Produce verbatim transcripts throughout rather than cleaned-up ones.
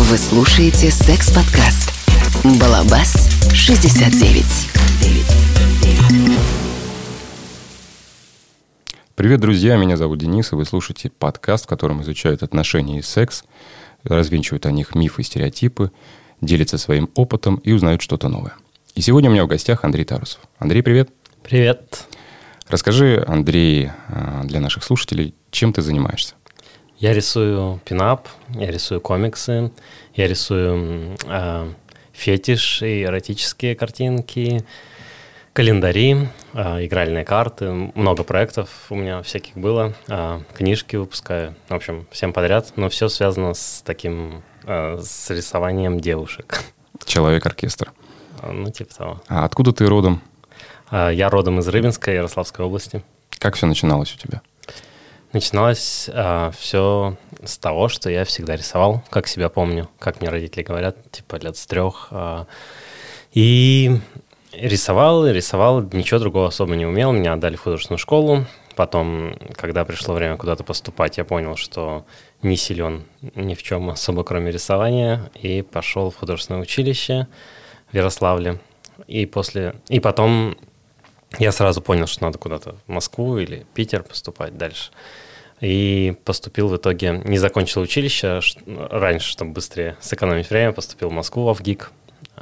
Вы слушаете секс-подкаст «Балабас шестьдесят девять». Привет, друзья, меня зовут Денис, и вы слушаете подкаст, в котором изучают отношения и секс, развенчивают о них мифы и стереотипы, делятся своим опытом и узнают что-то новое. И сегодня у меня в гостях Андрей Тарусов. Андрей, привет. Привет. Расскажи, Андрей, для наших слушателей, чем ты занимаешься? Я рисую пинап, я рисую комиксы, я рисую э, фетиш и эротические картинки, календари, э, игральные карты, много проектов у меня всяких было, э, книжки выпускаю, в общем, всем подряд, но все связано с таким, э, с рисованием девушек. Человек-оркестр. Ну, типа того. А откуда ты родом? Э, я родом из Рыбинска, Ярославской области. Как все начиналось у тебя? Начиналось э, все с того, что я всегда рисовал, как себя помню, как мне родители говорят, типа лет с трех. Э, и рисовал, и рисовал, ничего другого особо не умел. Меня отдали в художественную школу. Потом, когда пришло время куда-то поступать, я понял, что не силен ни в чем особо, кроме рисования. И пошел в художественное училище в Ярославле. И, после... и потом... Я сразу понял, что надо куда-то в Москву или Питер поступать дальше. И поступил в итоге, не закончил училище раньше, чтобы быстрее сэкономить время, поступил в Москву в ГИК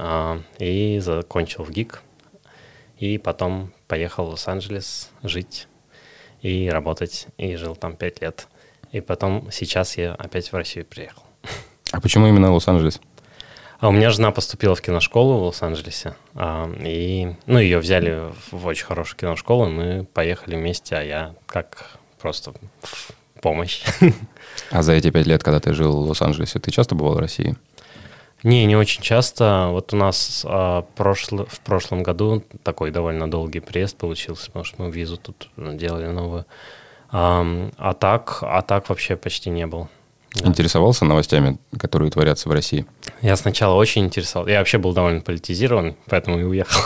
и закончил в ГИК. И потом поехал в Лос-Анджелес жить и работать, и жил там пять лет. И потом сейчас я опять в Россию приехал. А почему именно Лос-Анджелес? А у меня жена поступила в киношколу в Лос-Анджелесе, и, ну, ее взяли в очень хорошую киношколу, и мы поехали вместе, а я как просто в помощь. А за эти пять лет, когда ты жил в Лос-Анджелесе, ты часто бывал в России? Не, не очень часто. Вот у нас а, прошло, в прошлом году такой довольно долгий приезд получился, потому что мы визу тут делали новую. А, а, так, а так вообще почти не был. Да. Интересовался новостями, которые творятся в России? Я сначала очень интересовался. Я вообще был довольно политизирован, поэтому и уехал.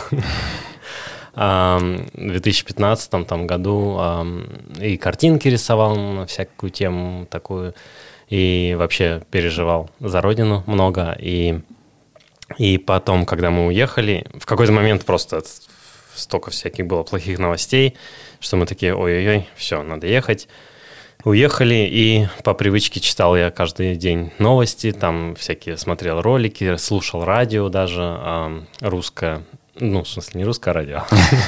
В две тысячи пятнадцатом там, году и картинки рисовал на всякую тему такую, и вообще переживал за родину много. И, и потом, когда мы уехали, в какой-то момент просто столько всяких было плохих новостей, что мы такие, ой-ой-ой, все, надо ехать. Уехали, и по привычке читал я каждый день новости, там всякие смотрел ролики, слушал радио даже э, русское, ну, в смысле, не русское радио,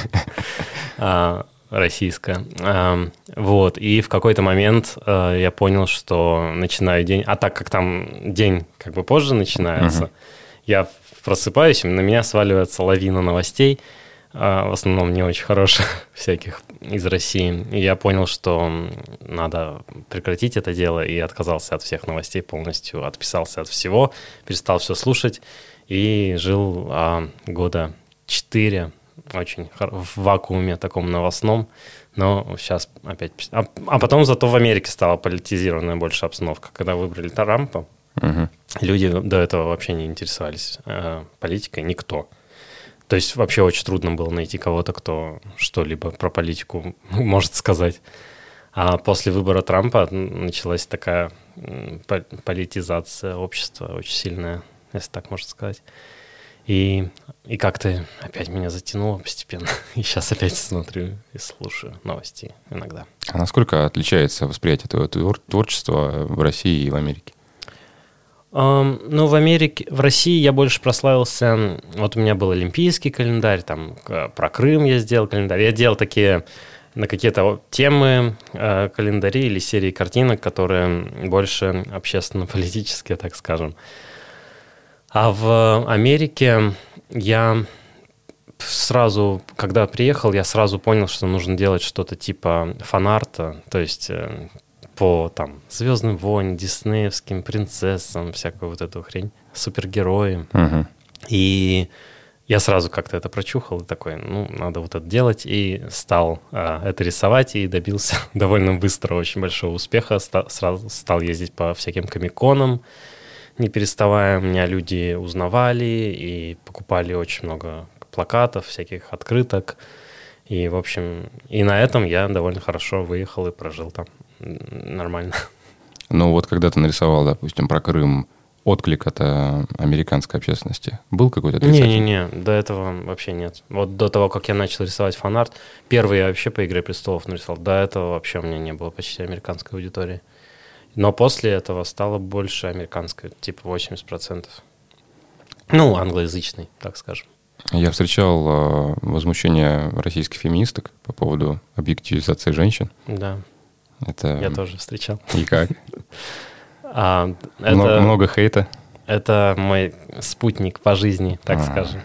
а российское. Вот, и в какой-то момент я понял, что начинаю день, а так как там день как бы позже начинается, я просыпаюсь, на меня сваливается лавина новостей, в основном не очень хороших, всяких из России. И я понял, что надо прекратить это дело, и отказался от всех новостей полностью, отписался от всего, перестал все слушать, и жил а, года четыре очень в вакууме таком новостном, но сейчас опять... А, а потом зато в Америке стала политизированная больше обстановка. Когда выбрали Трампа, угу. Люди до этого вообще не интересовались э, политикой, никто. То есть вообще очень трудно было найти кого-то, кто что-либо про политику может сказать. А после выбора Трампа началась такая политизация общества очень сильная, если так можно сказать. И, и как-то опять меня затянуло постепенно. И сейчас опять смотрю и слушаю новости иногда. А насколько отличается восприятие твоего творчества в России и в Америке? Um, ну, в Америке, в России я больше прославился. Вот у меня был олимпийский календарь, там про Крым я сделал календарь. Я делал такие на какие-то темы э, календари или серии картинок, которые больше общественно-политические, так скажем. А в Америке я сразу, когда приехал, я сразу понял, что нужно делать что-то типа фан-арта, то есть... Э, по там «Звездным войнам», диснеевским принцессам, всякую вот эту хрень, супергерои. Uh-huh. И я сразу как-то это прочухал, и такой, ну, надо вот это делать, и стал а, это рисовать, и добился довольно быстро очень большого успеха, Ста- сразу стал ездить по всяким комик-конам, не переставая, меня люди узнавали, и покупали очень много плакатов, всяких открыток, и, в общем, и на этом я довольно хорошо выехал и прожил там нормально. Ну вот когда ты нарисовал, допустим, про Крым, отклик от а, американской общественности? Был какой-то отрицательный? Не-не-не, до этого вообще нет. Вот до того, как я начал рисовать фан-арт, первый я вообще по «Игре престолов» нарисовал. До этого вообще у меня не было почти американской аудитории. Но после этого стало больше американской, типа восемьдесят процентов. Ну, англоязычной, так скажем. Я встречал а, возмущение российских феминисток по поводу объективизации женщин. Да, это... я тоже встречал. И как? А, много, это, много хейта? Это мой спутник по жизни, так А-а-а. скажем.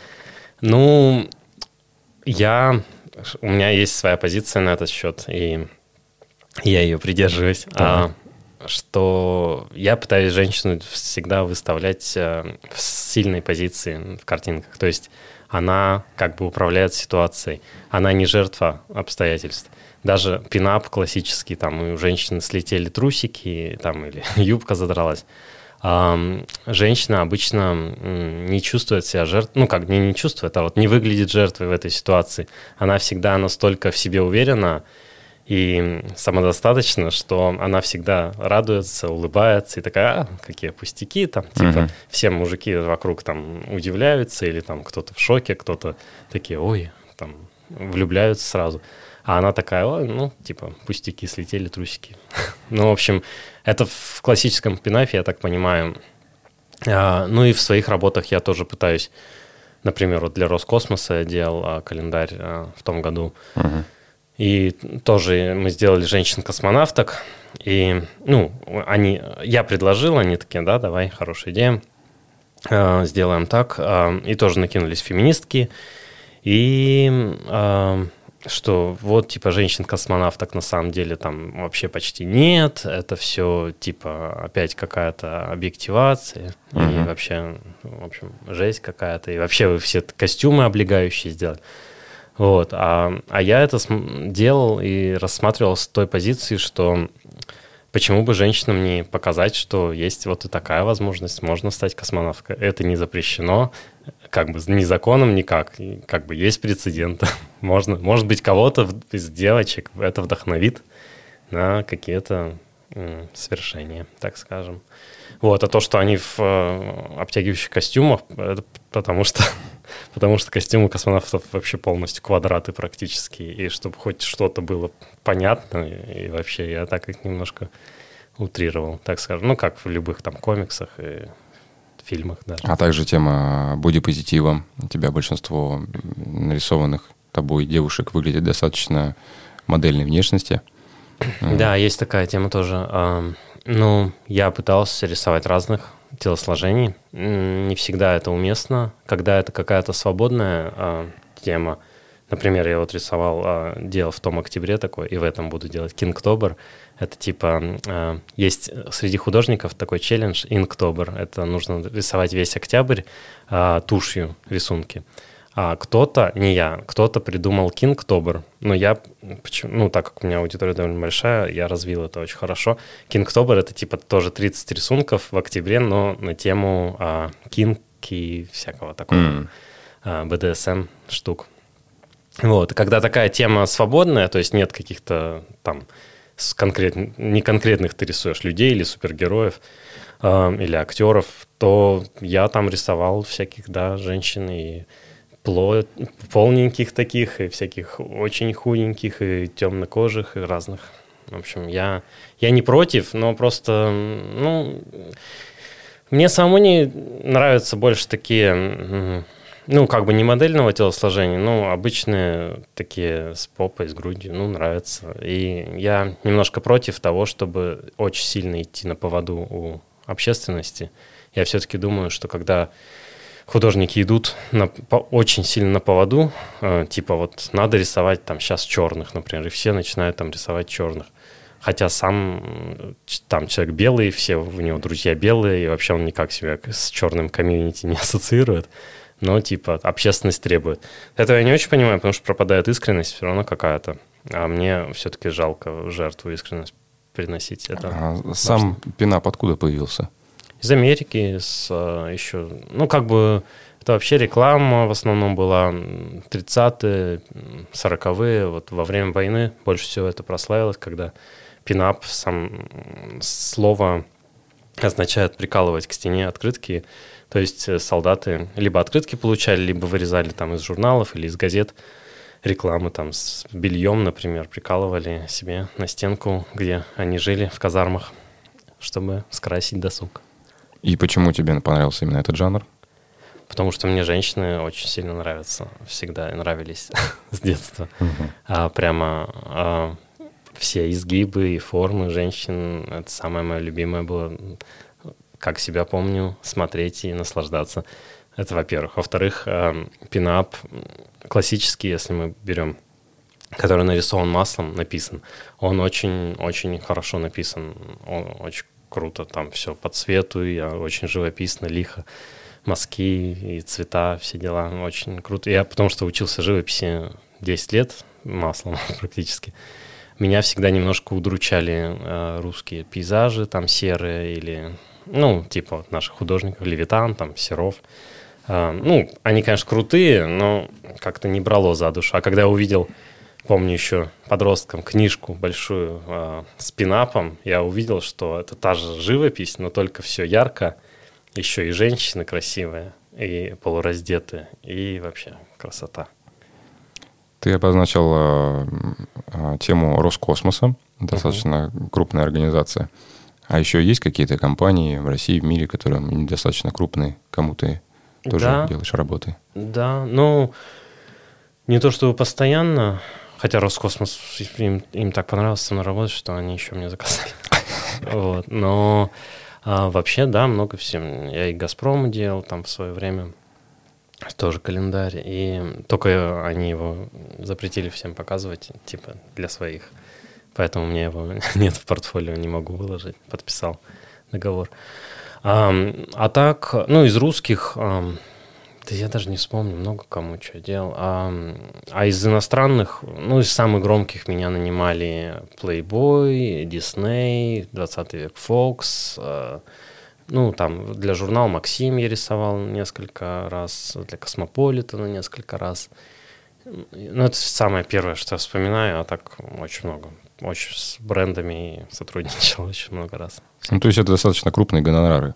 Ну, я... У меня есть своя позиция на этот счет, и я ее придерживаюсь. А, что я пытаюсь женщину всегда выставлять в сильной позиции в картинках. То есть она как бы управляет ситуацией. Она не жертва обстоятельств. Даже пинап классический, там у женщины слетели трусики, там, или юбка задралась. А женщина обычно не чувствует себя жертвой, ну как, не, не чувствует, а вот не выглядит жертвой в этой ситуации. Она всегда настолько в себе уверена и самодостаточна, что она всегда радуется, улыбается и такая, а, какие пустяки, там, типа, uh-huh. все мужики вокруг там удивляются или там кто-то в шоке, кто-то такие, ой, там, влюбляются сразу. А она такая, ой, ну, типа, пустяки, слетели трусики. Ну, в общем, это в классическом пинафе, я так понимаю. А, ну и в своих работах я тоже пытаюсь, например, вот для Роскосмоса я делал а, календарь а, в том году. Uh-huh. И тоже мы сделали женщин-космонавток. И, ну, они, я предложил, они такие, да, давай, хорошая идея, а, сделаем так. А, и тоже накинулись феминистки. И... А, что вот, типа, женщин-космонавток на самом деле там вообще почти нет, это все, типа, опять какая-то объективация, uh-huh. и вообще, в общем, жесть какая-то, и вообще вы все костюмы облегающие сделали. Вот, а, а я это делал и рассматривал с той позиции, что почему бы женщинам не показать, что есть вот и такая возможность, можно стать космонавткой. Это не запрещено, как бы ни законом, никак. И как бы есть прецедент. Можно, может быть, кого-то из девочек это вдохновит на какие-то м, свершения, так скажем. Вот, а то, что они в э, обтягивающих костюмах, это потому что, потому что костюмы космонавтов вообще полностью квадраты практически, и чтобы хоть что-то было понятно, и, и вообще я так их немножко утрировал, так скажем. Ну, как в любых там комиксах и фильмах даже. А также тема бодипозитива. У тебя большинство нарисованных тобой девушек выглядит достаточно модельной внешности. Да, есть такая тема тоже. Ну, я пытался рисовать разных телосложений. Не всегда это уместно. Когда это какая-то свободная тема, например, я вот рисовал, делал в том октябре такой, и в этом буду делать Кингтобер. Это типа, есть среди художников такой челлендж Инктобер. Это нужно рисовать весь октябрь тушью рисунки. А кто-то, не я, кто-то придумал Кингтобер. Но я, ну, так как у меня аудитория довольно большая, я развил это очень хорошо. Кингтобер — это типа тоже тридцать рисунков в октябре, но на тему а, кинг и всякого такого mm. а, бэ дэ эс эм штук. Вот, и когда такая тема свободная, то есть нет каких-то там конкрет... не конкретных ты рисуешь людей или супергероев, э, или актеров, то я там рисовал всяких, да, женщин и пло... полненьких таких, и всяких очень худеньких, и темнокожих, и разных. В общем, я, я не против, но просто, ну, мне самому не нравятся больше такие... Ну, как бы не модельного телосложения, но обычные такие с попой, с грудью, ну, нравятся. И я немножко против того, чтобы очень сильно идти на поводу у общественности. Я все-таки думаю, что когда художники идут на, по, очень сильно на поводу, э, типа вот надо рисовать там сейчас черных, например, и все начинают там рисовать черных. Хотя сам там человек белый, все у него друзья белые, и вообще он никак себя с черным комьюнити не ассоциирует. Но, типа, общественность требует. Этого я не очень понимаю, потому что пропадает искренность все равно какая-то. А мне все-таки жалко жертву искренность приносить. Это а сам пинап откуда появился? Из Америки, с еще... Ну, как бы, это вообще реклама в основном была тридцатые, сороковые. Вот во время войны больше всего это прославилось, когда пинап, сам слово... означает прикалывать к стене открытки. То есть солдаты либо открытки получали, либо вырезали там из журналов или из газет рекламы там с бельем, например, прикалывали себе на стенку, где они жили в казармах, чтобы скрасить досуг. И почему тебе понравился именно этот жанр? Потому что мне женщины очень сильно нравятся, всегда нравились с детства. Угу. А, прямо а, все изгибы и формы женщин, это самое мое любимое было, как себя помню, смотреть и наслаждаться. Это, во-первых. Во-вторых, а, пинап классический, если мы берем, который нарисован маслом, написан, он очень-очень хорошо написан, он очень круто, там все по цвету, и очень живописно, лихо. Мазки и цвета, все дела. Очень круто. Я потому что учился живописи десять лет, маслом практически. Меня всегда немножко удручали э, русские пейзажи, там серые или, ну, типа вот наших художников, Левитан, там, Серов. Э, ну, они, конечно, крутые, но как-то не брало за душу. А когда я увидел, помню еще подростком, книжку большую э, с пинапом, я увидел, что это та же живопись, но только все ярко. Еще и женщины красивые, и полураздетые, и вообще красота. Ты обозначил э, э, тему Роскосмоса, достаточно uh-huh. крупная организация. А еще есть какие-то компании в России, в мире, которые недостаточно крупные, кому ты тоже да. делаешь работы? Да, ну, не то чтобы постоянно, хотя Роскосмос, им, им так понравилось со мной работать, что они еще мне заказали. Вот, но... А вообще, да, много всем. Я и «Газпрому» делал там в свое время, тоже календарь, и только они его запретили всем показывать, типа, для своих. Поэтому у меня его нет в портфолио, не могу выложить. Подписал договор. А, а так, ну, из русских, а, да я даже не вспомню, много кому что делал. А, а из иностранных, ну, из самых громких меня нанимали Playboy, Disney, двадцатый век Fox. А, ну, там для журнала «Максим» я рисовал несколько раз, для «Космополитена» несколько раз. Ну, это самое первое, что я вспоминаю, а так очень много. Очень с брендами сотрудничал очень много раз. Ну, то есть это достаточно крупные гонорары?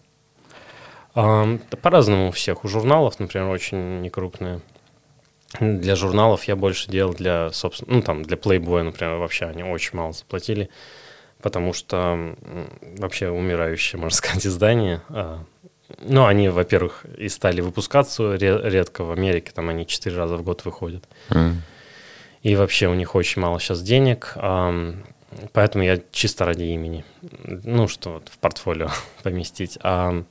А, по-разному у всех. У журналов, например, очень некрупные. Для журналов я больше делал для, собственно, ну, там, для Playboy, например, вообще они очень мало заплатили, потому что вообще умирающее, можно сказать, издание. Ну, они, во-первых, и стали выпускаться редко в Америке, там они четыре раза в год выходят. Mm. И вообще у них очень мало сейчас денег, поэтому я чисто ради имени, ну, что вот в портфолио поместить. А,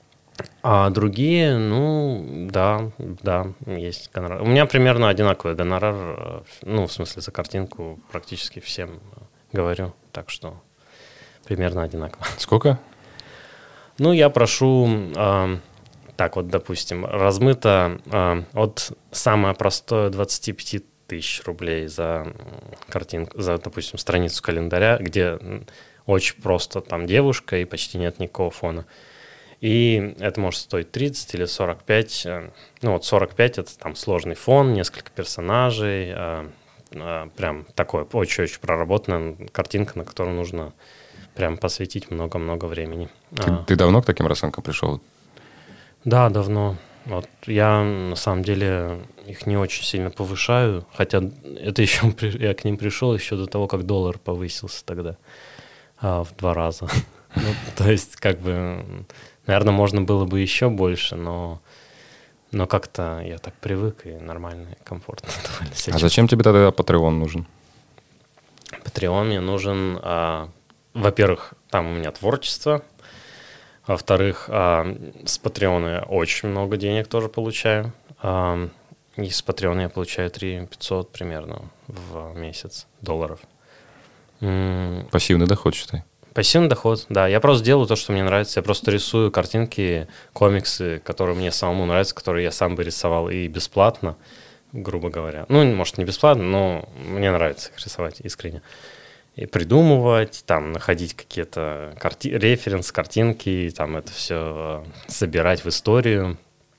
а другие, ну, да, да, есть гонорар. У меня примерно одинаковый гонорар, ну, в смысле, за картинку практически всем говорю, так что примерно одинаково. Сколько? Ну, я прошу, э, так вот, допустим, размыто э, от самое простое двадцать пять тысяч рублей за картинку, за, допустим, страницу календаря, где очень просто там девушка и почти нет никакого фона. И это может стоить тридцать или сорок пять. Ну, вот сорок пять – это там сложный фон, несколько персонажей, э, э, прям такое очень-очень проработанная картинка, на которую нужно прям посвятить много-много времени. Ты, а. ты давно к таким расценкам пришел? Да, давно. Вот я на самом деле их не очень сильно повышаю, хотя это еще я к ним пришел еще до того, как доллар повысился тогда а, в два раза. Ну, то есть, как бы, наверное, можно было бы еще больше, но, но как-то я так привык и нормально, и комфортно. А зачем тебе тогда Patreon нужен? Patreon мне нужен... А, во-первых, там у меня творчество. Во-вторых, а, с Патреона я очень много денег тоже получаю. А, и с Патреона я получаю три тысячи пятьсот примерно в месяц долларов. Пассивный доход, считай. Пассивный доход, да. Я просто делаю то, что мне нравится. Я просто рисую картинки, комиксы, которые мне самому нравятся, которые я сам бы рисовал и бесплатно, грубо говоря. Ну, может, не бесплатно, но мне нравится их рисовать искренне. И придумывать, там, находить какие-то карти- референс, картинки, там, это все собирать в историю.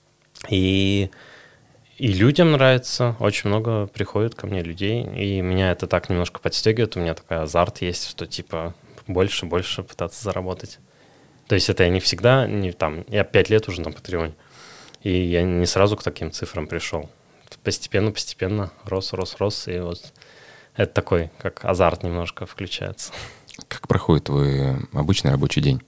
И, и людям нравится, очень много приходит ко мне людей, и меня это так немножко подстегивает, у меня такой азарт есть, что, типа, больше-больше пытаться заработать. То есть это я не всегда, не там, я пять лет уже на Патреоне, и я не сразу к таким цифрам пришел. Постепенно-постепенно рос, рос, рос, и вот это такой, как азарт немножко включается. Как проходит твой обычный рабочий день?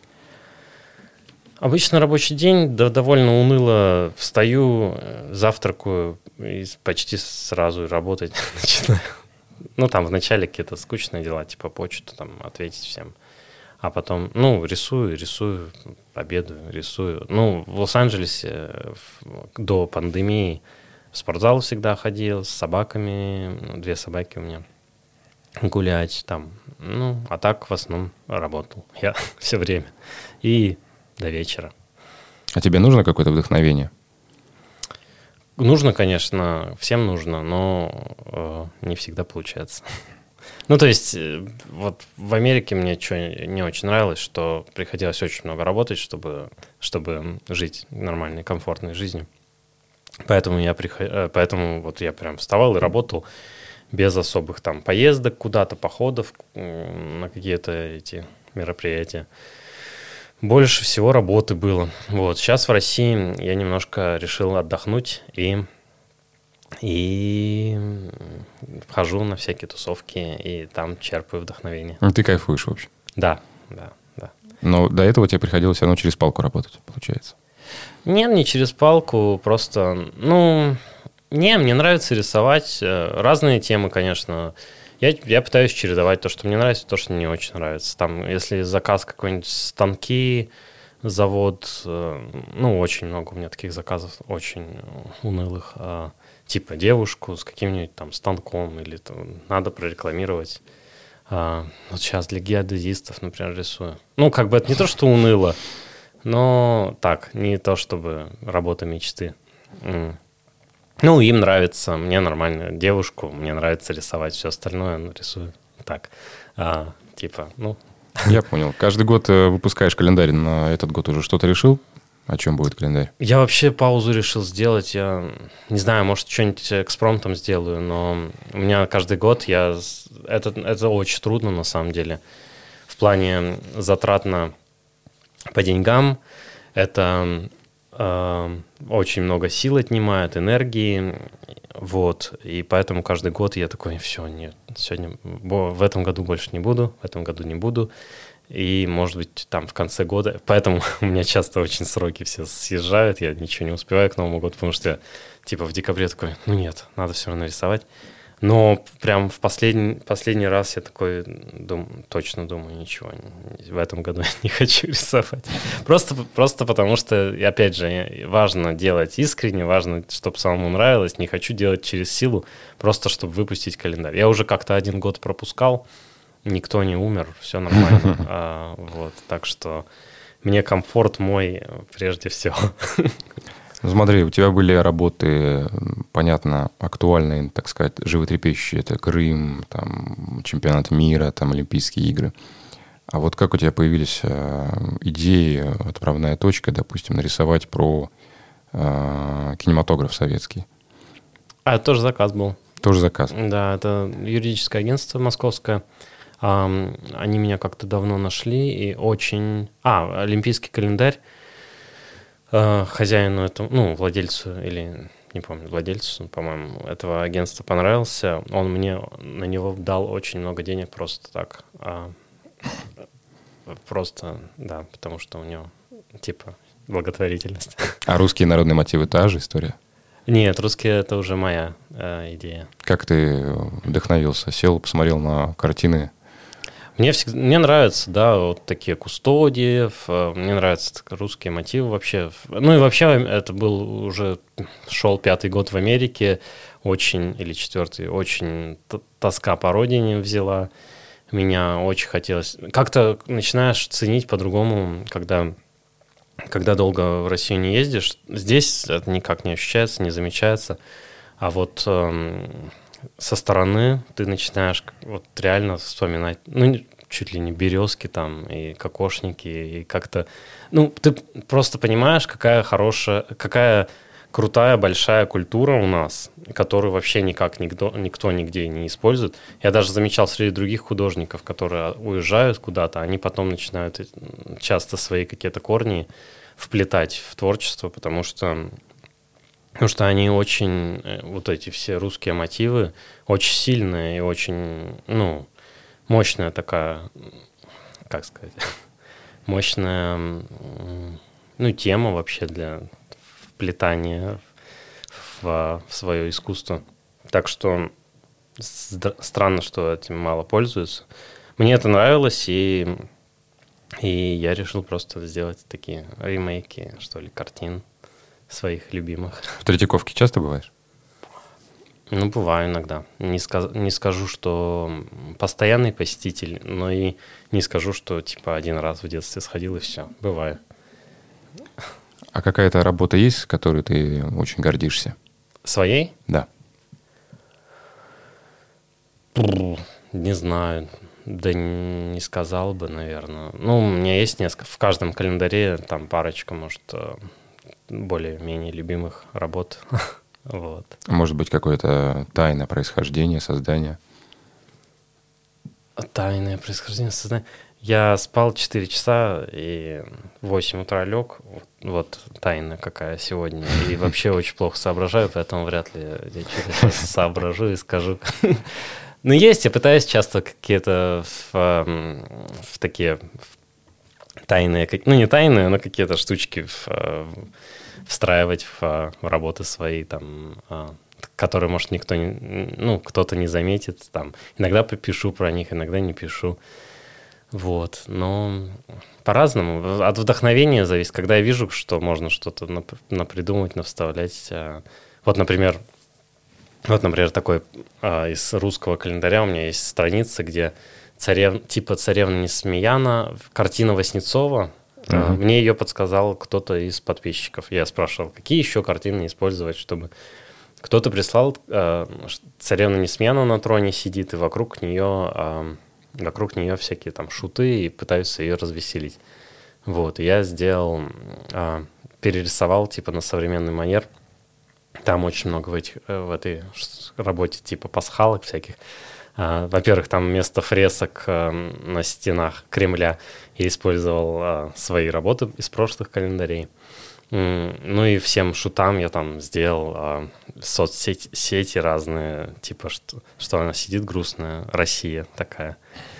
Обычно рабочий день, да, довольно уныло. Встаю, завтракаю и почти сразу работать начинаю. Ну, там вначале какие-то скучные дела, типа почту там ответить всем. А потом, ну, рисую, рисую, обедаю, рисую. Ну, в Лос-Анджелесе до пандемии в спортзал всегда ходил с собаками. Две собаки у меня. Гулять там. Ну, а так в основном работал я все время. И до вечера. А тебе нужно какое-то вдохновение? Нужно, конечно, всем нужно, но э, не всегда получается. Ну, то есть, э, вот в Америке мне что не очень нравилось, что приходилось очень много работать, чтобы, чтобы жить нормальной, комфортной жизнью. Поэтому я, приход... Поэтому вот я прям вставал и работал без особых там поездок куда-то, походов э, на какие-то эти мероприятия. Больше всего работы было. Вот. Сейчас в России я немножко решил отдохнуть и, и хожу на всякие тусовки, и там черпаю вдохновение. Ну, ты кайфуешь, в общем. Да, да, да. Но до этого тебе приходилось все равно через палку работать, получается? Нет, не через палку, просто, ну, не, мне нравится рисовать. Разные темы, конечно. Я, я пытаюсь чередовать то, что мне нравится, то, что мне не очень нравится. Там, если заказ какой-нибудь станки, завод, ну, очень много у меня таких заказов, очень унылых. Типа девушку с каким-нибудь там станком или там, надо прорекламировать. Вот сейчас для геодезистов, например, рисую. Ну, как бы это не то, что уныло, но так, не то, чтобы работа мечты. Ну, им нравится, мне нормально, девушку, мне нравится рисовать, все остальное, ну, рисую так, а, типа, ну. Я понял. Каждый год выпускаешь календарь, на этот год уже что-то решил? О чем будет календарь? Я вообще паузу решил сделать, я не знаю, может, что-нибудь экспромтом сделаю, но у меня каждый год, я, это, это очень трудно на самом деле, в плане затратно по деньгам, это... очень много сил отнимает, энергии, вот, и поэтому каждый год я такой, все, нет, сегодня, в этом году больше не буду, в этом году не буду, и, может быть, там в конце года, поэтому у меня часто очень сроки все съезжают, я ничего не успеваю к Новому году, потому что я, типа, в декабре такой, ну нет, надо все равно рисовать. Но прям в последний, последний раз я такой дум, точно думаю, ничего, в этом году я не хочу рисовать. Просто, просто потому что, опять же, важно делать искренне, важно, чтобы самому нравилось. Не хочу делать через силу, просто чтобы выпустить календарь. Я уже как-то один год пропускал, никто не умер, все нормально. А, вот, так что мне комфорт мой прежде всего. Ну, смотри, у тебя были работы, понятно, актуальные, так сказать, животрепещущие. Это Крым, там, чемпионат мира, там, Олимпийские игры. А вот как у тебя появились э, идеи, отправная точка, допустим, нарисовать про э, кинематограф советский? А, это тоже заказ был. Тоже заказ? Да, это юридическое агентство московское. А, они меня как-то давно нашли и очень... А, олимпийский календарь. Хозяину этому, ну, владельцу или, не помню, владельцу, по-моему, этого агентства понравился. Он мне на него дал очень много денег просто так. А, просто, да, потому что у него, типа, благотворительность. А русские народные мотивы та же история? Нет, русские — это уже моя э, идея. Как ты вдохновился? Сел, посмотрел на картины? Мне, всегда, мне нравятся, да, вот такие кустодии, мне нравятся русские мотивы вообще. Ну и вообще это был уже, шел пятый год в Америке, очень, или четвертый, очень тоска по родине взяла. Меня очень хотелось. Как-то начинаешь ценить по-другому, когда, когда долго в Россию не ездишь. Здесь это никак не ощущается, не замечается. А вот... Эм, со стороны ты начинаешь вот реально вспоминать, ну, чуть ли не березки там, и кокошники, и как-то... Ну, ты просто понимаешь, какая хорошая, какая крутая большая культура у нас, которую вообще никак никто, никто нигде не использует. Я даже замечал среди других художников, которые уезжают куда-то, они потом начинают часто свои какие-то корни вплетать в творчество, потому что, потому что они очень, вот эти все русские мотивы, очень сильные и очень, ну, мощная такая, как сказать, мощная, ну, тема вообще для вплетания в, в свое искусство. Так что странно, что этим мало пользуются. Мне это нравилось, и, и я решил просто сделать такие ремейки, что ли, картин своих любимых. В Третьяковке часто бываешь? Ну, бываю иногда. Не, сказ, не скажу, что постоянный посетитель, но и не скажу, что типа один раз в детстве сходил и все. Бываю. А какая-то работа есть, с которой ты очень гордишься? Своей? Да. Не знаю. Да не сказал бы, наверное. Ну, у меня есть несколько. В каждом календаре там парочка, может, более-менее любимых работ. Вот. Может быть, какое-то тайное происхождение, создание? Тайное происхождение, создание. Я спал четыре часа и в восемь утра лег. Вот, вот тайна какая сегодня. И вообще очень плохо соображаю, поэтому вряд ли я что-то сейчас соображу и скажу. Ну, есть, я пытаюсь часто какие-то в, в такие тайные, ну, не тайные, но какие-то штучки в, встраивать в, в работы свои, там, которые, может, никто не, ну, кто-то не заметит. Там. Иногда попишу про них, иногда не пишу. Вот, но по-разному. От вдохновения зависит. Когда я вижу, что можно что-то нап- напридумывать, навставлять. Вот, например, вот, например, такой а, из русского календаря у меня есть страница, где царев, типа «Царевна Несмеяна», картина Васнецова. Uh-huh. Мне ее подсказал кто-то из подписчиков. Я спрашивал, какие еще картины использовать, чтобы... Кто-то прислал, э, царевна Несмеяна на троне сидит, и вокруг нее, э, вокруг нее всякие там шуты, и пытаются ее развеселить. Вот, и я сделал, э, перерисовал типа на современный манер. Там очень много в, этих, в этой работе типа пасхалок всяких. Во-первых, там вместо фресок на стенах Кремля я использовал свои работы из прошлых календарей. Ну и всем шутам я там сделал соцсети сети разные, типа, что, что она сидит грустная, Россия такая.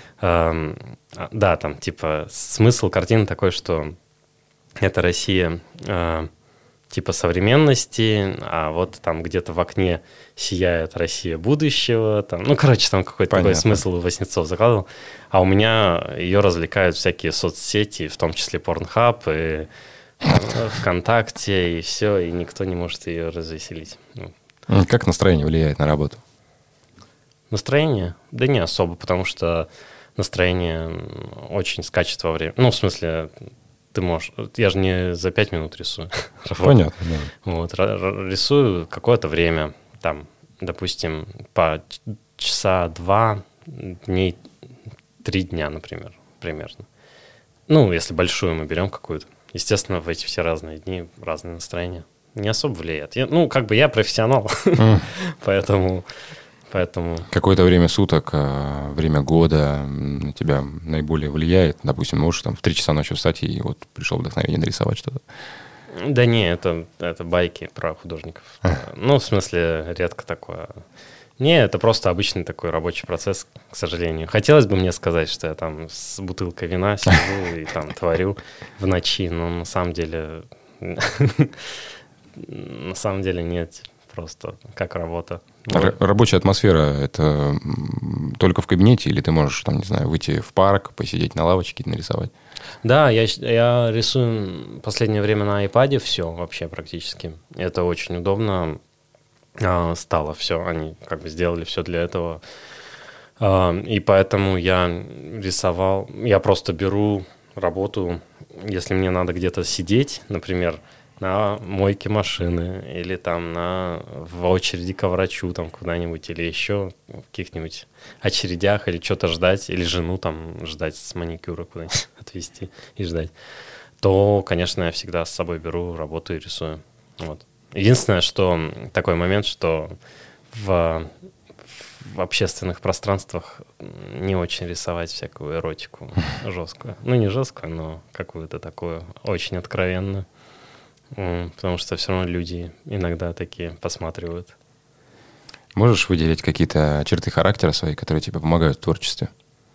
Да, там типа смысл картины такой, что это Россия... типа современности, а вот там где-то в окне сияет Россия будущего. Там, ну, короче, там какой-то такой смысл Васнецов закладывал. А у меня ее развлекают всякие соцсети, в том числе Pornhub и ВКонтакте, и все, и никто не может ее развеселить. Как настроение влияет на работу? Настроение? Да не особо, потому что настроение очень скачет во время... Ну, в смысле... Ты можешь... Я же не за пять минут рисую. Понятно. Да. Вот, рисую какое-то время, там, допустим, по часа два, дней, три дня, например, примерно. Ну, если большую мы берем какую-то. Естественно, в эти все разные дни разные настроения. Не особо влияет. Я, ну, как бы я профессионал, mm. поэтому... Поэтому... Какое-то время суток, время года на тебя наиболее влияет? Допустим, можешь там в три часа ночи встать и вот пришел вдохновение нарисовать что-то? Да не, это, это байки про художников. А. Ну, в смысле, редко такое. Не, это просто обычный такой рабочий процесс, к сожалению. Хотелось бы мне сказать, что я там с бутылкой вина сижу и там творю в ночи, но на самом деле... На самом деле нет, просто как работа. Р- рабочая атмосфера – это только в кабинете, или ты можешь, там, не знаю, выйти в парк, посидеть на лавочке и нарисовать? Да, я, я рисую в последнее время на iPad все вообще практически. Это очень удобно а, стало все. Они как бы сделали все для этого. А, и поэтому я рисовал, я просто беру работу, если мне надо где-то сидеть, например, на мойке машины или там на, в очереди к врачу там куда-нибудь или еще в каких-нибудь очередях или что-то ждать, или жену там ждать с маникюра куда-нибудь отвезти и ждать, то, конечно, я всегда с собой беру работу и рисую. Вот. Единственное, что такой момент, что в, в общественных пространствах не очень рисовать всякую эротику жесткую. Ну, не жесткую, но какую-то такую очень откровенную. Потому что все равно люди иногда такие посматривают. Можешь выделить какие-то черты характера свои, которые тебе помогают в творчестве?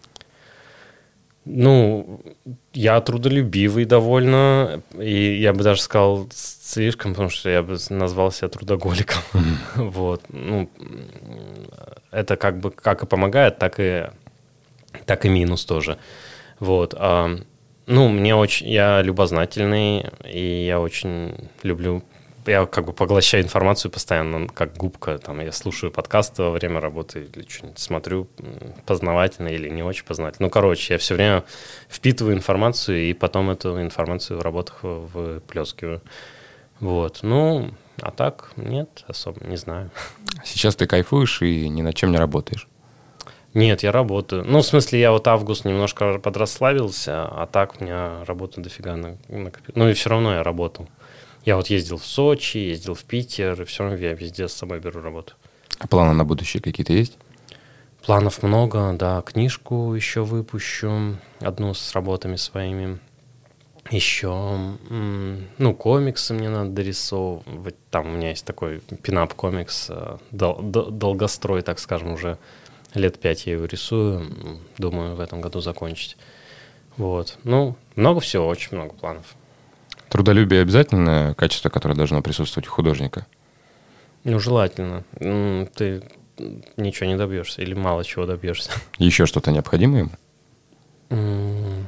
Ну, я трудолюбивый довольно, и я бы даже сказал слишком, потому что я бы назвал себя трудоголиком. Mm-hmm. Вот. Ну, это как бы как и помогает, так и, так и минус тоже. Вот. А, ну, мне очень... Я любознательный, и я очень люблю... Я как бы поглощаю информацию постоянно, как губка. Там, я слушаю подкасты во время работы или что-нибудь смотрю познавательно или не очень познавательно. Ну, короче, я все время впитываю информацию и потом эту информацию в работах выплескиваю. Вот. Ну, а так нет, особо не знаю. Сейчас ты кайфуешь и ни над чем не работаешь? Нет, я работаю. Ну, в смысле, я вот август немножко подрасслабился, а так у меня работа дофига накопилась. Ну, и все равно я работал. Я вот ездил в Сочи, ездил в Питер, и все равно я везде с собой беру работу. А планы на будущее какие-то есть? Планов много, да. Книжку еще выпущу, одну с работами своими. Еще, ну, комиксы мне надо дорисовывать. Там у меня есть такой пинап-комикс, дол- долгострой, так скажем, уже лет пять я его рисую. Думаю, в этом году закончить. Вот. Ну, много всего, очень много планов. Трудолюбие обязательное качество, которое должно присутствовать у художника? Ну, желательно. Ты ничего не добьешься или мало чего добьешься. Еще что-то необходимо ему? Mm.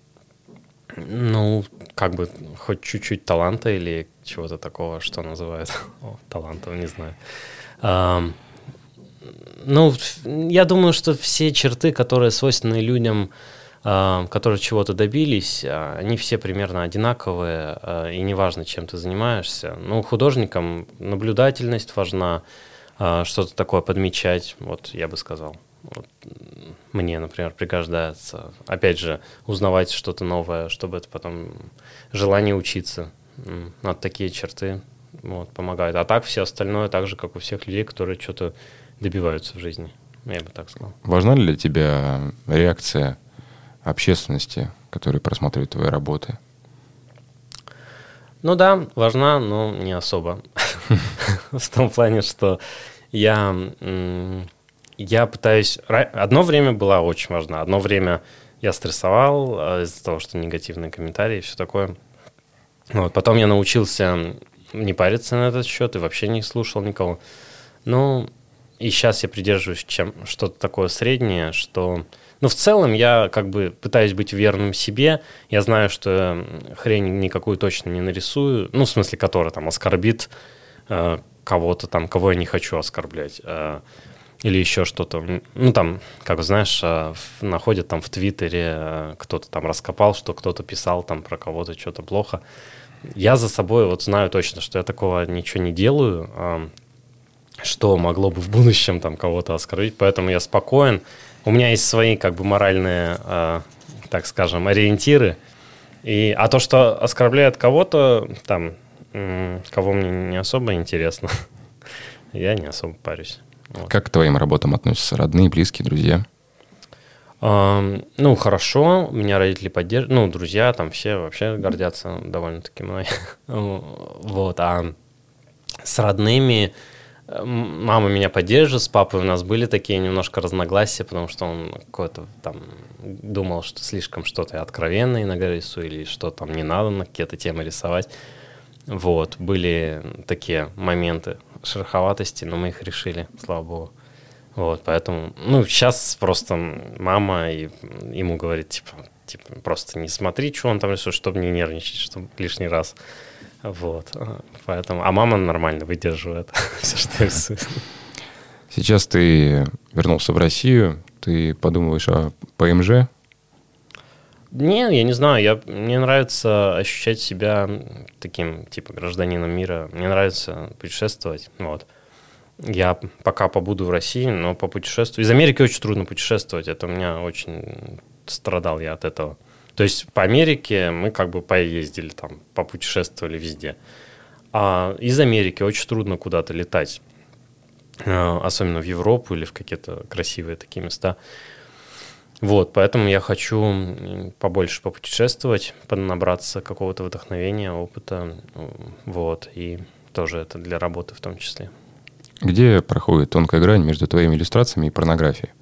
Ну, как бы хоть чуть-чуть таланта или чего-то такого, что называют О, талантом, не знаю. А, ну, я думаю, что все черты, которые свойственны людям, которые чего-то добились, они все примерно одинаковые, и неважно, чем ты занимаешься. Ну, художникам наблюдательность важна, что-то такое подмечать, вот я бы сказал. Вот мне, например, пригождается, опять же, узнавать что-то новое, чтобы это потом желание учиться. Вот такие черты вот, помогают. А так все остальное так же, как у всех людей, которые что-то добиваются в жизни. Я бы так сказал. Важна ли для тебя реакция общественности, которые просматривают твои работы? Ну да, важна, но не особо. В том плане, что я, я пытаюсь... Одно время была очень важна. Одно время я стрессовал из-за того, что негативные комментарии и все такое. Вот. Потом я научился не париться на этот счет и вообще не слушал никого. Ну, и сейчас я придерживаюсь чем, что-то такое среднее, что... Ну, в целом я как бы пытаюсь быть верным себе. Я знаю, что хрень никакую точно не нарисую. Ну, в смысле, которая там оскорбит э, кого-то там, кого я не хочу оскорблять. Э, или еще что-то. Ну, там, как знаешь, э, в, находят там в Твиттере, э, кто-то там раскопал, что кто-то писал там про кого-то что-то плохо. Я за собой вот знаю точно, что я такого ничего не делаю, э, что могло бы в будущем там кого-то оскорбить. Поэтому я спокоен. У меня есть свои, как бы, моральные, э, так скажем, ориентиры. И, а то, что оскорбляет кого-то, там, м- кого мне не особо интересно, я не особо парюсь. Вот. Как к твоим работам относятся родные, близкие, друзья? Э, ну, хорошо. Меня родители поддерживают. Ну, друзья там все вообще гордятся довольно-таки мной. Вот. А с родными... Мама меня поддерживает, с папой у нас были такие немножко разногласия, потому что он какой-то там думал, что слишком что-то откровенное иногда рисую, или что там не надо на какие-то темы рисовать. Вот, были такие моменты шероховатости, но мы их решили, слава богу. Вот, поэтому, ну, сейчас просто мама и, ему говорит, типа, типа, просто не смотри, что он там рисует, чтобы не нервничать, чтобы лишний раз. Вот, поэтому... А мама нормально выдерживает все, что рисует. Сейчас ты вернулся в Россию, ты подумываешь о ПМЖ? Не, я не знаю, я, мне нравится ощущать себя таким, типа, гражданином мира. Мне нравится путешествовать, вот. Я пока побуду в России, но попутешествую. Из Америки очень трудно путешествовать, это у меня очень... Страдал я от этого. То есть по Америке мы как бы поездили там, попутешествовали везде. А из Америки очень трудно куда-то летать, особенно в Европу или в какие-то красивые такие места. Вот, поэтому я хочу побольше попутешествовать, набраться какого-то вдохновения, опыта, вот, и тоже это для работы в том числе. Где проходит тонкая грань между твоими иллюстрациями и порнографией?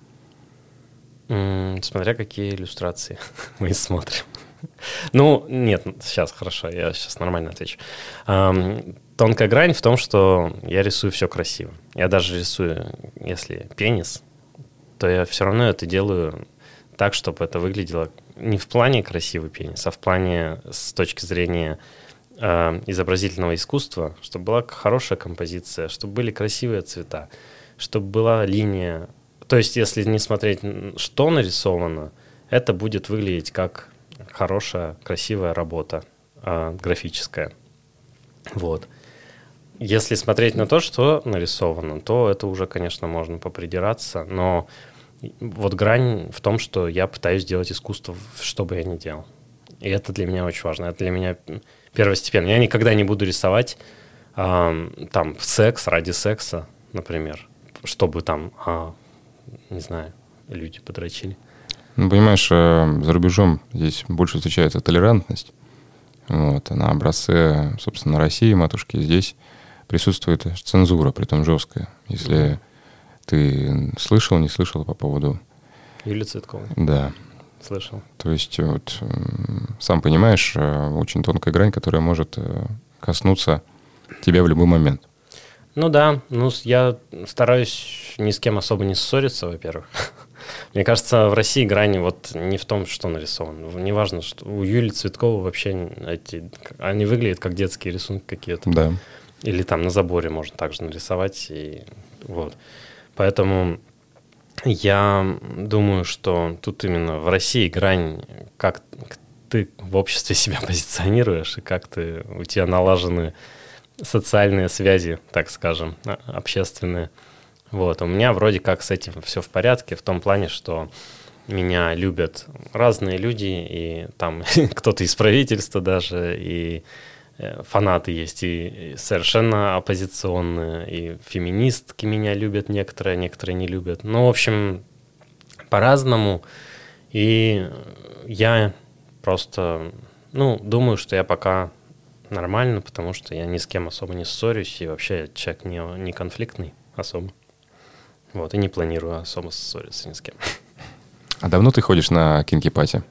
М-м, смотря какие иллюстрации мы смотрим. Ну, нет, сейчас хорошо, я сейчас нормально отвечу. Эм, тонкая грань в том, что я рисую все красиво. Я даже рисую, если пенис, то я все равно это делаю так, чтобы это выглядело не в плане красивый пенис, а в плане с точки зрения э, изобразительного искусства, чтобы была хорошая композиция, чтобы были красивые цвета, чтобы была линия. То есть, если не смотреть, что нарисовано, это будет выглядеть как хорошая, красивая работа э, графическая. Вот. Если смотреть на то, что нарисовано, то это уже, конечно, можно попридираться, но вот грань в том, что я пытаюсь делать искусство, что бы я ни делал. И это для меня очень важно. Это для меня первостепенно. Я никогда не буду рисовать э, там секс ради секса, например, чтобы там, э, не знаю, люди подрочили. Ну, понимаешь, за рубежом здесь больше встречается толерантность. Вот, а на образце, собственно, России, матушки, здесь присутствует цензура, притом жесткая. Если mm-hmm. ты слышал, не слышал по поводу... Юлии Цветковой? Да. Слышал. То есть, вот, сам понимаешь, очень тонкая грань, которая может коснуться тебя в любой момент. Ну да, ну я стараюсь ни с кем особо не ссориться, во-первых. Мне кажется, в России грани вот не в том, что нарисовано. Неважно, что у Юлии Цветковой вообще эти... Они выглядят как детские рисунки какие-то. Да. Или там на заборе можно также нарисовать. И вот. Поэтому я думаю, что тут именно в России грань, как ты в обществе себя позиционируешь, и как ты, у тебя налажены социальные связи, так скажем, общественные. Вот. У меня вроде как с этим все в порядке, в том плане, что меня любят разные люди, и там кто-то из правительства даже, и фанаты есть, и совершенно оппозиционные, и феминистки меня любят некоторые, некоторые не любят. Ну, в общем, по-разному. И я просто, ну, думаю, что я пока нормально, потому что я ни с кем особо не ссорюсь, и вообще человек не, не конфликтный особо. Вот, и не планирую особо ссориться ни с кем. А давно ты ходишь на кинки-пати?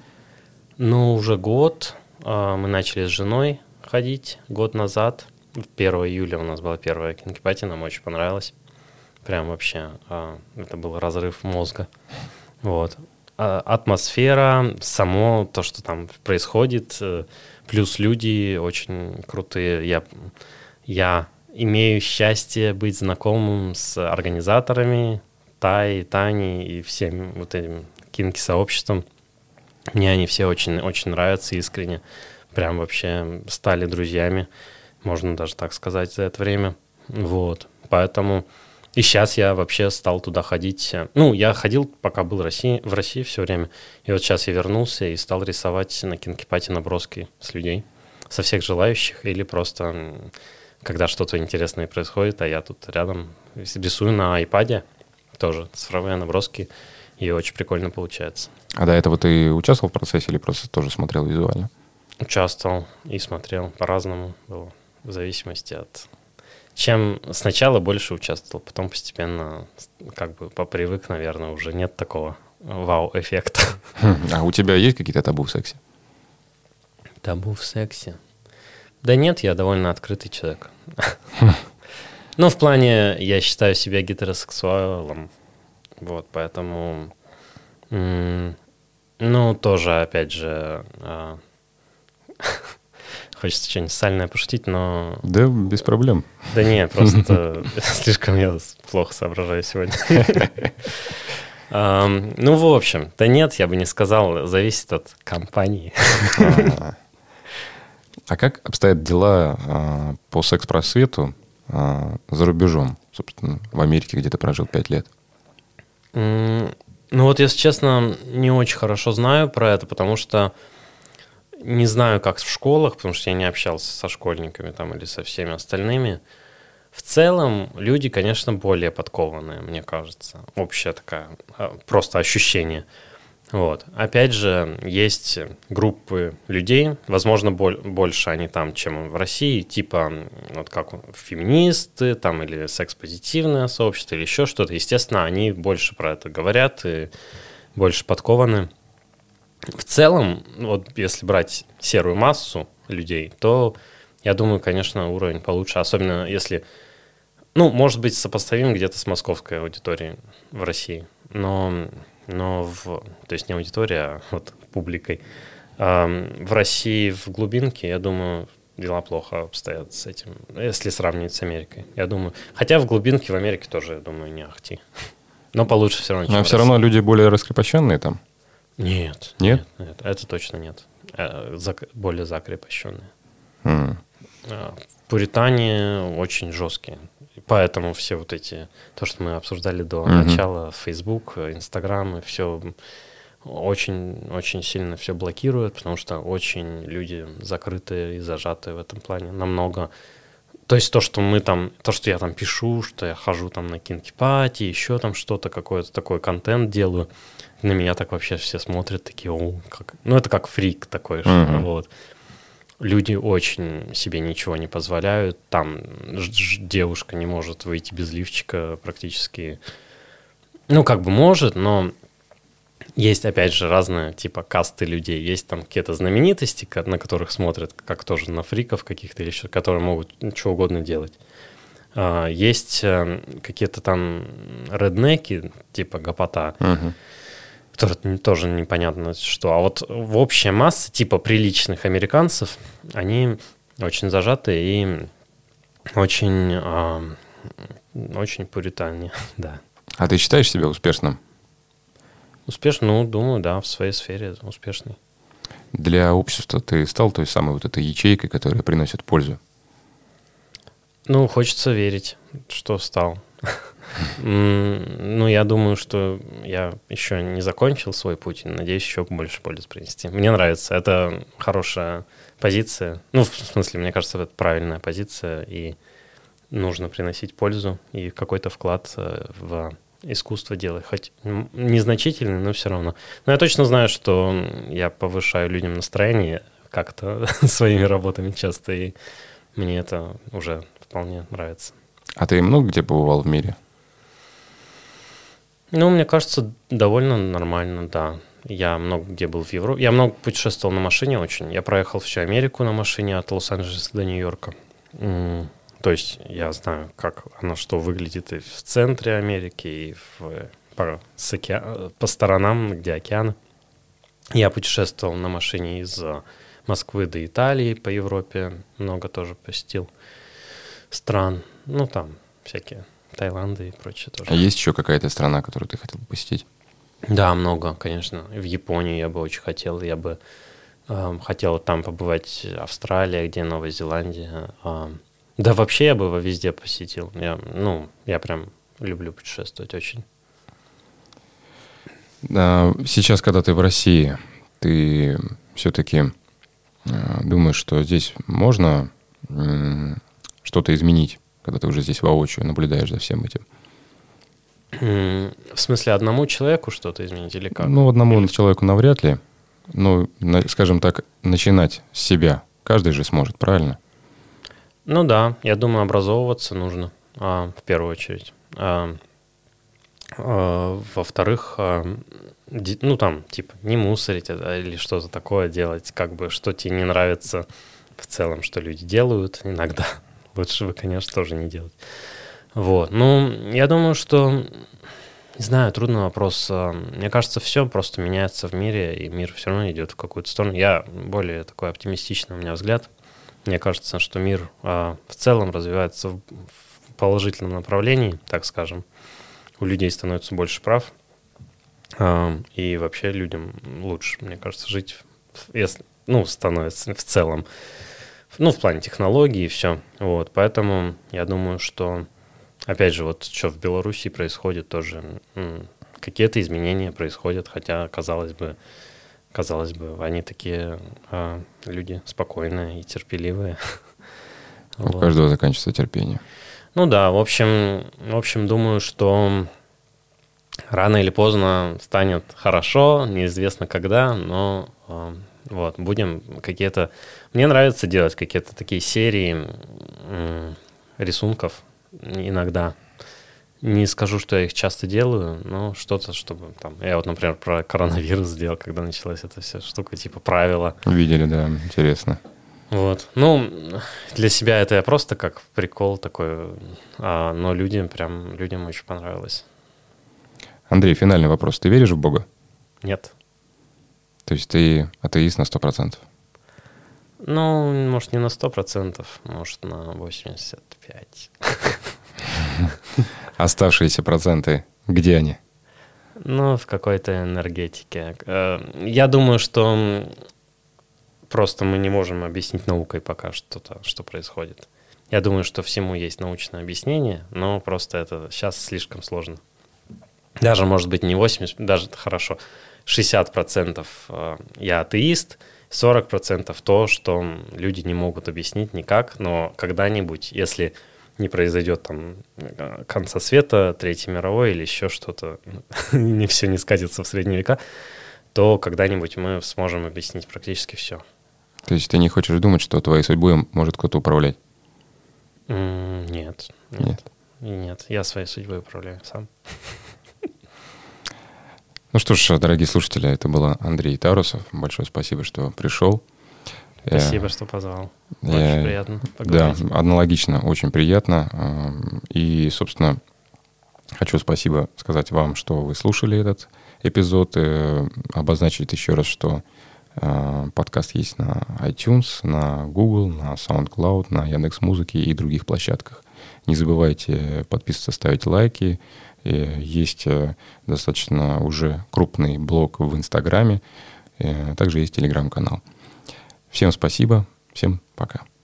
Ну, уже год. Мы начали с женой ходить год назад. первого июля у нас была первая кинки-пати, нам очень понравилось. Прям вообще, это был разрыв мозга. Вот. Атмосфера, само то, что там происходит, плюс люди очень крутые. Я, я имею счастье быть знакомым с организаторами, Тай, Таней и всем вот этим кинки-сообществом. Мне они все очень, очень нравятся искренне. Прям вообще стали друзьями, можно даже так сказать, за это время. Вот, поэтому... И сейчас я вообще стал туда ходить. Ну, я ходил, пока был в России, в России все время. И вот сейчас я вернулся и стал рисовать на кинки-пати наброски с людей. Со всех желающих. Или просто, когда что-то интересное происходит, а я тут рядом рисую на айпаде. Тоже цифровые наброски. И очень прикольно получается. А до этого ты участвовал в процессе или просто тоже смотрел визуально? Участвовал и смотрел. По-разному было. В зависимости от... Чем сначала больше участвовал, потом постепенно как бы попривык, наверное, уже нет такого вау-эффекта. А у тебя есть какие-то табу в сексе? Табу в сексе? Да нет, я довольно открытый человек. Ну, в плане, я считаю себя гетеросексуалом. Вот, поэтому... Ну, тоже, опять же... Хочется что-нибудь сальное пошутить, но... Да, без проблем. Да не, просто слишком я плохо соображаю сегодня. Ну, в общем, да нет, я бы не сказал, зависит от компании. А как обстоят дела по секс-просвету за рубежом? Собственно, в Америке, где ты прожил пять лет. Ну вот, если честно, не очень хорошо знаю про это, потому что Не знаю, как в школах, потому что я не общался со школьниками там или со всеми остальными. В целом люди, конечно, более подкованные, мне кажется. Общее такое просто ощущение. Вот. Опять же, есть группы людей, возможно, боль, больше они там, чем в России, типа вот как феминисты там, или секс-позитивное сообщество, или еще что-то. Естественно, они больше про это говорят и больше подкованы. В целом, вот если брать серую массу людей, то, я думаю, конечно, уровень получше, особенно если, ну, может быть, сопоставим где-то с московской аудиторией в России, но... но в, то есть не аудитория, а вот публикой. А в России в глубинке, я думаю, дела плохо обстоят с этим, если сравнивать с Америкой. Я думаю, хотя в глубинке в Америке тоже, я думаю, не ахти. Но получше все равно, чем Но в все России. равно люди более раскрепощенные там? Нет. Нет? Нет, нет, это точно нет. Зак- более закрепощенные. Mm. Пуритане очень жесткие. Поэтому все вот эти, то, что мы обсуждали до Mm-hmm. начала, Facebook, Instagram, все очень, очень сильно все блокируют, потому что очень люди закрытые и зажатые в этом плане. Намного. То есть то, что мы там, то, что я там пишу, что я хожу там на кинки-пати, еще там что-то, какой-то такой контент делаю, на меня так вообще все смотрят, такие, о, как... Ну, это как фрик такой, Mm-hmm. вот. Люди очень себе ничего не позволяют. Там ж- ж- девушка не может выйти без лифчика практически. Ну, как бы может, но есть, опять же, разные типа касты людей. Есть там какие-то знаменитости, ко- на которых смотрят, как тоже на фриков каких-то или еще, которые могут что угодно делать. А, есть э, какие-то там реднеки, типа гопота, Mm-hmm. которые тоже непонятно что. А вот в общая масса типа приличных американцев, они очень зажатые и очень, а, очень пуритане, да. А ты считаешь себя успешным? Успешный, ну, думаю, да, в своей сфере успешный. Для общества ты стал той самой вот этой ячейкой, которая приносит пользу? Ну, хочется верить, что стал. Ну, я думаю, что я еще не закончил свой путь, и надеюсь, еще больше пользы принести. Мне нравится, это хорошая позиция. Ну, в смысле, мне кажется, это правильная позиция, и нужно приносить пользу и какой-то вклад в искусство делать, хоть незначительный, но все равно. Но я точно знаю, что я повышаю людям настроение как-то своими работами часто, и мне это уже вполне нравится. А ты много где побывал в мире? Ну, мне кажется, довольно нормально, да. Я много где был в Европе. Я много путешествовал на машине очень. Я проехал всю Америку на машине от Лос-Анджелеса до Нью-Йорка. То есть я знаю, как оно что выглядит и в центре Америки, и в, по, с оке... по сторонам, где океаны. Я путешествовал на машине из Москвы до Италии по Европе. Много тоже посетил стран. Ну, там всякие Таиланды и прочее тоже. А есть еще какая-то страна, которую ты хотел бы посетить? Да, много, конечно. В Японию я бы очень хотел. Я бы э, хотел там побывать. Австралия, где Новая Зеландия. Э, да вообще я бы его везде посетил. Я, ну, я прям люблю путешествовать очень. Сейчас, когда ты в России, ты все-таки думаешь, что здесь можно что-то изменить, когда ты уже здесь воочию наблюдаешь за всем этим? В смысле, одному человеку что-то изменить или как? Ну, одному или... человеку навряд ли. Ну, скажем так, начинать с себя. Каждый же сможет, правильно? Ну да, я думаю, образовываться нужно, а, в первую очередь. А, а, во-вторых, а, ди, ну там, типа, не мусорить а, или что-то такое делать, как бы, что тебе не нравится в целом, что люди делают иногда. Лучше бы, конечно, тоже не делать. Вот. Ну, я думаю, что, не знаю, трудный вопрос. Мне кажется, все просто меняется в мире, и мир все равно идет в какую-то сторону. Я более такой оптимистичный у меня взгляд. Мне кажется, что мир а, в целом развивается в, в положительном направлении, так скажем. У людей становится больше прав, а, и вообще людям лучше, мне кажется, жить, если, ну, становится в целом. Ну, в плане технологий и все. Вот, поэтому я думаю, что, опять же, вот что в Беларуси происходит тоже, м- какие-то изменения происходят, хотя, казалось бы, казалось бы, они такие а, люди спокойные и терпеливые. У Вот. каждого заканчивается терпение. Ну да, в общем, в общем, думаю, что рано или поздно станет хорошо, неизвестно когда, но э, вот, будем какие-то... Мне нравится делать какие-то такие серии э, рисунков иногда. Не скажу, что я их часто делаю, но что-то, чтобы там... Я вот, например, про коронавирус сделал, когда началась эта вся штука, типа правила. Видели, да, интересно. Вот. Ну, для себя это я просто как прикол такой, а, но людям прям, людям очень понравилось. Андрей, финальный вопрос. Ты веришь в Бога? Нет. То есть ты атеист на сто процентов? Ну, может, не на сто процентов, может, на восемьдесят пять процентов. Оставшиеся проценты, где они? Ну, в какой-то энергетике. Я думаю, что просто мы не можем объяснить наукой пока что-то, что происходит. Я думаю, что всему есть научное объяснение, но просто это сейчас слишком сложно. Даже, может быть, не восемьдесят процентов, даже хорошо, шестьдесят процентов я атеист, сорок процентов то, что люди не могут объяснить никак, но когда-нибудь, если не произойдет там конца света, Третьей мировой или еще что-то, не все не скатится в средние века, то когда-нибудь мы сможем объяснить практически все. То есть ты не хочешь думать, что твоей судьбой может кто-то управлять? Mm, нет, нет, нет. И нет. Я своей судьбой управляю сам. Ну что ж, дорогие слушатели, это был Андрей Тарусов. Большое спасибо, что пришел. Спасибо, я, что позвал. Очень я, приятно поговорить. Да, аналогично, очень приятно. И, собственно, хочу спасибо сказать вам, что вы слушали этот эпизод. Обозначить еще раз, что подкаст есть на iTunes, на Google, на SoundCloud, на Яндекс.Музыке и других площадках. Не забывайте подписываться, ставить лайки. Есть достаточно уже крупный блог в Инстаграме. Также есть Телеграм-канал. Всем спасибо. Всем пока.